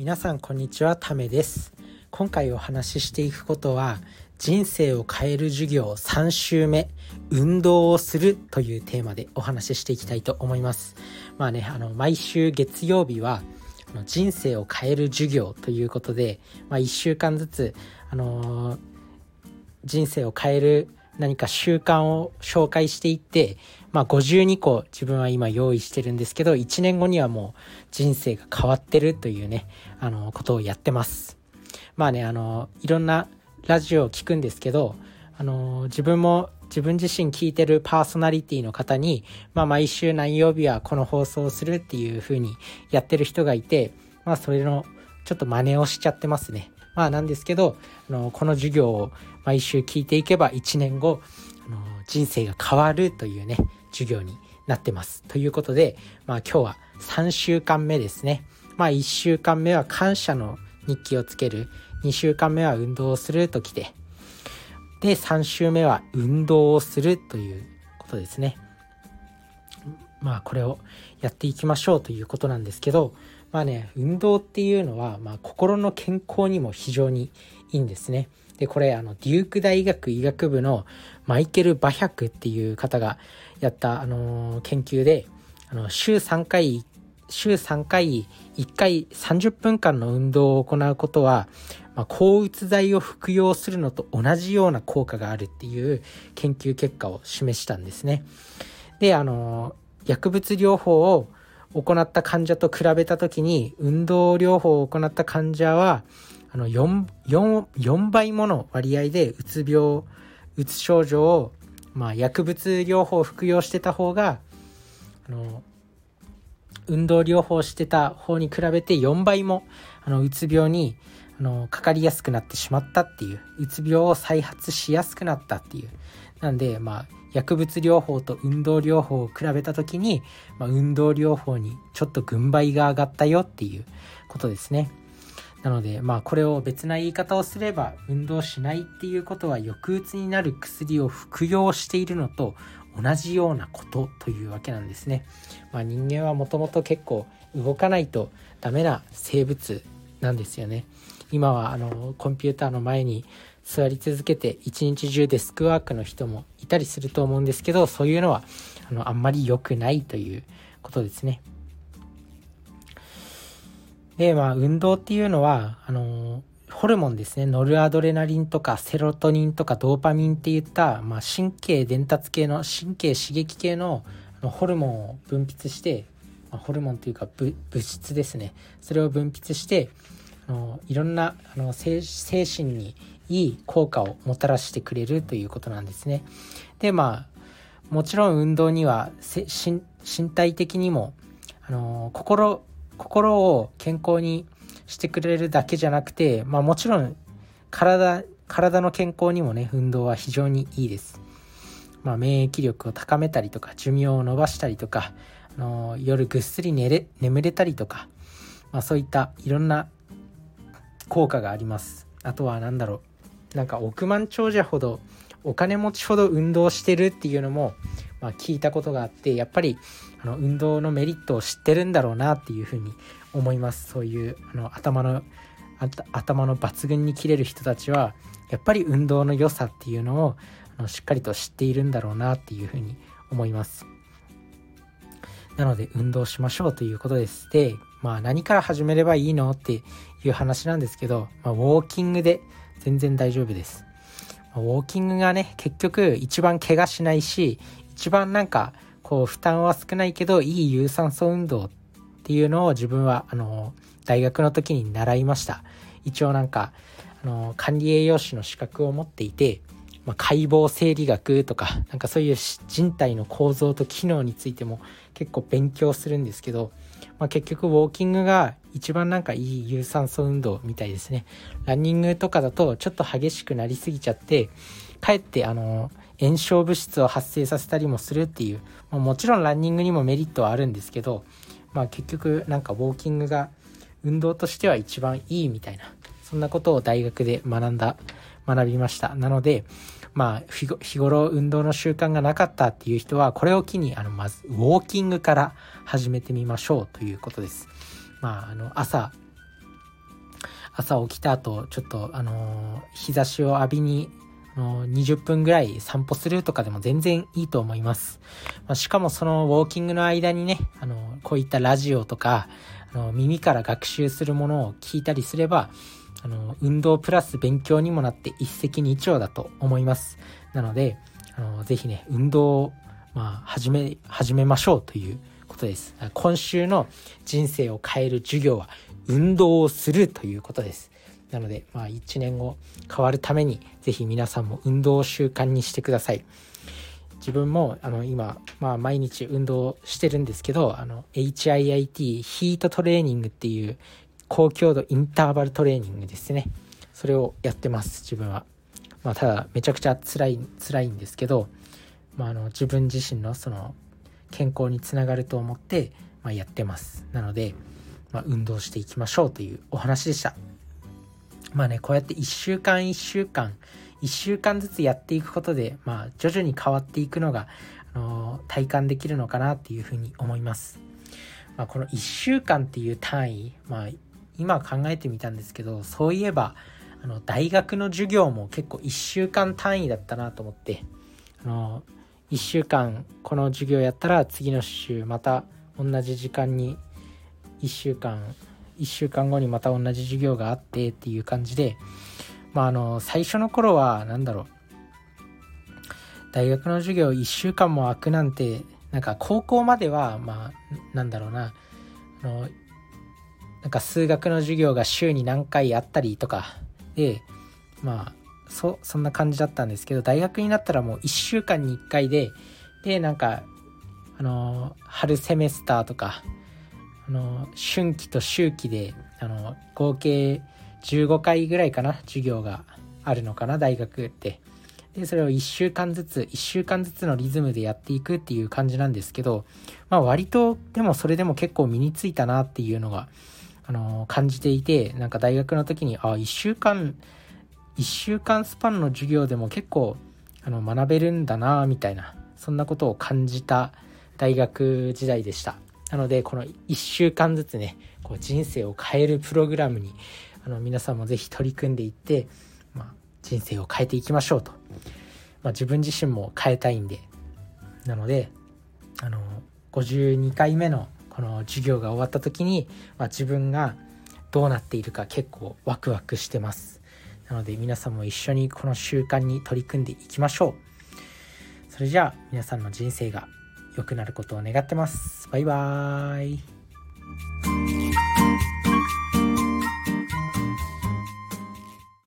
皆さんこんにちは、ためです。今回お話ししていくことは、人生を変える授業3週目、運動をするというテーマでお話ししていきたいと思います。毎週月曜日は人生を変える授業ということで、1週間ずつ、人生を変える何か習慣を紹介していって、52個自分は今用意してるんですけど、1年後にはもう人生が変わってるというね、ことをやってます。いろんなラジオを聞くんですけど、自分自身聞いてるパーソナリティの方に、毎週何曜日はこの放送をするっていう風にやってる人がいて、それのちょっと真似をしちゃってますね。なんですけど、この授業を毎週聞いていけば1年後、人生が変わるというね、授業になってます。ということで、今日は3週間目ですね。1週間目は感謝の日記をつける。2週間目は運動をするときて。で、3週目は運動をするということですね。これをやっていきましょうということなんですけど、運動っていうのは、心の健康にも非常にいいんですね。で、これデューク大学医学部のマイケル・バヒャクっていう方がやった、研究で、週3回1回30分間の運動を行うことは、抗うつ剤を服用するのと同じような効果があるっていう研究結果を示したんですね。で、薬物療法を行った患者と比べたときに、運動療法を行った患者は4倍もの割合でうつ症状を、薬物療法を服用してた方が運動療法をしてた方に比べて4倍もうつ病にかかりやすくなってしまったっていう、うつ病を再発しやすくなったっていう。なんで薬物療法と運動療法を比べたときに、運動療法にちょっと軍配が上がったよっていうことですね。なのでこれを別な言い方をすれば、運動しないっていうことは抑うつになる薬を服用しているのと同じようなことというわけなんですね。人間はもともと結構動かないとダメな生物なんですよね。今はコンピューターの前に座り続けて一日中デスクワークの人もいたりすると思うんですけど、そういうのはあんまり良くないということですね。で、運動っていうのはホルモンですね、ノルアドレナリンとかセロトニンとかドーパミンっていった、神経伝達系の神経刺激系のホルモンを分泌して、ホルモンというか物質ですね、それを分泌していろんな精神にいい効果をもたらしてくれるということなんですね。で、もちろん運動には身体的にも心を健康にしてくれるだけじゃなくて、もちろん体の健康にもね、運動は非常にいいです。免疫力を高めたりとか、寿命を伸ばしたりとか、夜ぐっすり眠れたりとか、そういったいろんな効果があります。あとは億万長者ほどお金持ちほど運動してるっていうのも聞いたことがあって、やっぱり運動のメリットを知ってるんだろうなっていうふうに思います。そういう頭の抜群に切れる人たちはやっぱり運動の良さっていうのをしっかりと知っているんだろうなっていうふうに思います。なので運動しましょうということです。で、何から始めればいいのっていう話なんですけど、ウォーキングで全然大丈夫です。ウォーキングがね、結局一番怪我しないし、一番負担は少ないけどいい有酸素運動っていうのを自分は大学の時に習いました。一応管理栄養士の資格を持っていて、解剖生理学とかそういう人体の構造と機能についても結構勉強するんですけど、結局ウォーキングが一番いい有酸素運動みたいですね。ランニングとかだとちょっと激しくなりすぎちゃって、かえって炎症物質を発生させたりもするっていう、もちろんランニングにもメリットはあるんですけど、結局ウォーキングが運動としては一番いいみたいな、そんなことを大学で学びました。なので日頃運動の習慣がなかったっていう人は、これを機にまずウォーキングから始めてみましょうということです。朝朝起きた後ちょっと日差しを浴びに20分ぐらい散歩するとかでも全然いいと思います。しかもそのウォーキングの間にね、こういったラジオとか耳から学習するものを聞いたりすれば運動プラス勉強にもなって一石二鳥だと思います。なのでぜひね運動を始めましょうということです。今週の人生を変える授業は運動をするということです。なので1年後変わるためにぜひ皆さんも運動を習慣にしてください。自分も今、毎日運動してるんですけどHIIT ヒートトレーニングっていう高強度インターバルトレーニングですね。それをやってます自分は。ただめちゃくちゃ辛いんですけど、自分自身のその健康につながると思って、やってます。なので、運動していきましょうというお話でした。こうやって1週間ずつやっていくことで、徐々に変わっていくのが、体感できるのかなっていうふうに思います。この1週間っていう単位、今考えてみたんですけど、そういえば大学の授業も結構1週間単位だったなと思って、1週間この授業やったら次の週また同じ時間に1週間後にまた同じ授業があってっていう感じで、最初の頃は大学の授業1週間も空くなんて、高校までは数学の授業が週に何回あったりとかでそんな感じだったんですけど、大学になったらもう1週間に1回で春セメスターとか春期と秋期で合計15回ぐらいかな授業があるのかな大学って。でそれを1週間ずつのリズムでやっていくっていう感じなんですけど、割とでもそれでも結構身についたなっていうのが感じていて、大学の時に1週間スパンの授業でも結構学べるんだなみたいな、そんなことを感じた大学時代でした。なのでこの1週間ずつねこう人生を変えるプログラムに皆さんもぜひ取り組んでいって、人生を変えていきましょうと、自分自身も変えたいんで、なので52回目のこの授業が終わった時に、自分がどうなっているか結構ワクワクしてます。なので皆さんも一緒にこの習慣に取り組んでいきましょう。それじゃあ皆さんの人生が良くなることを願ってます。バイバーイ。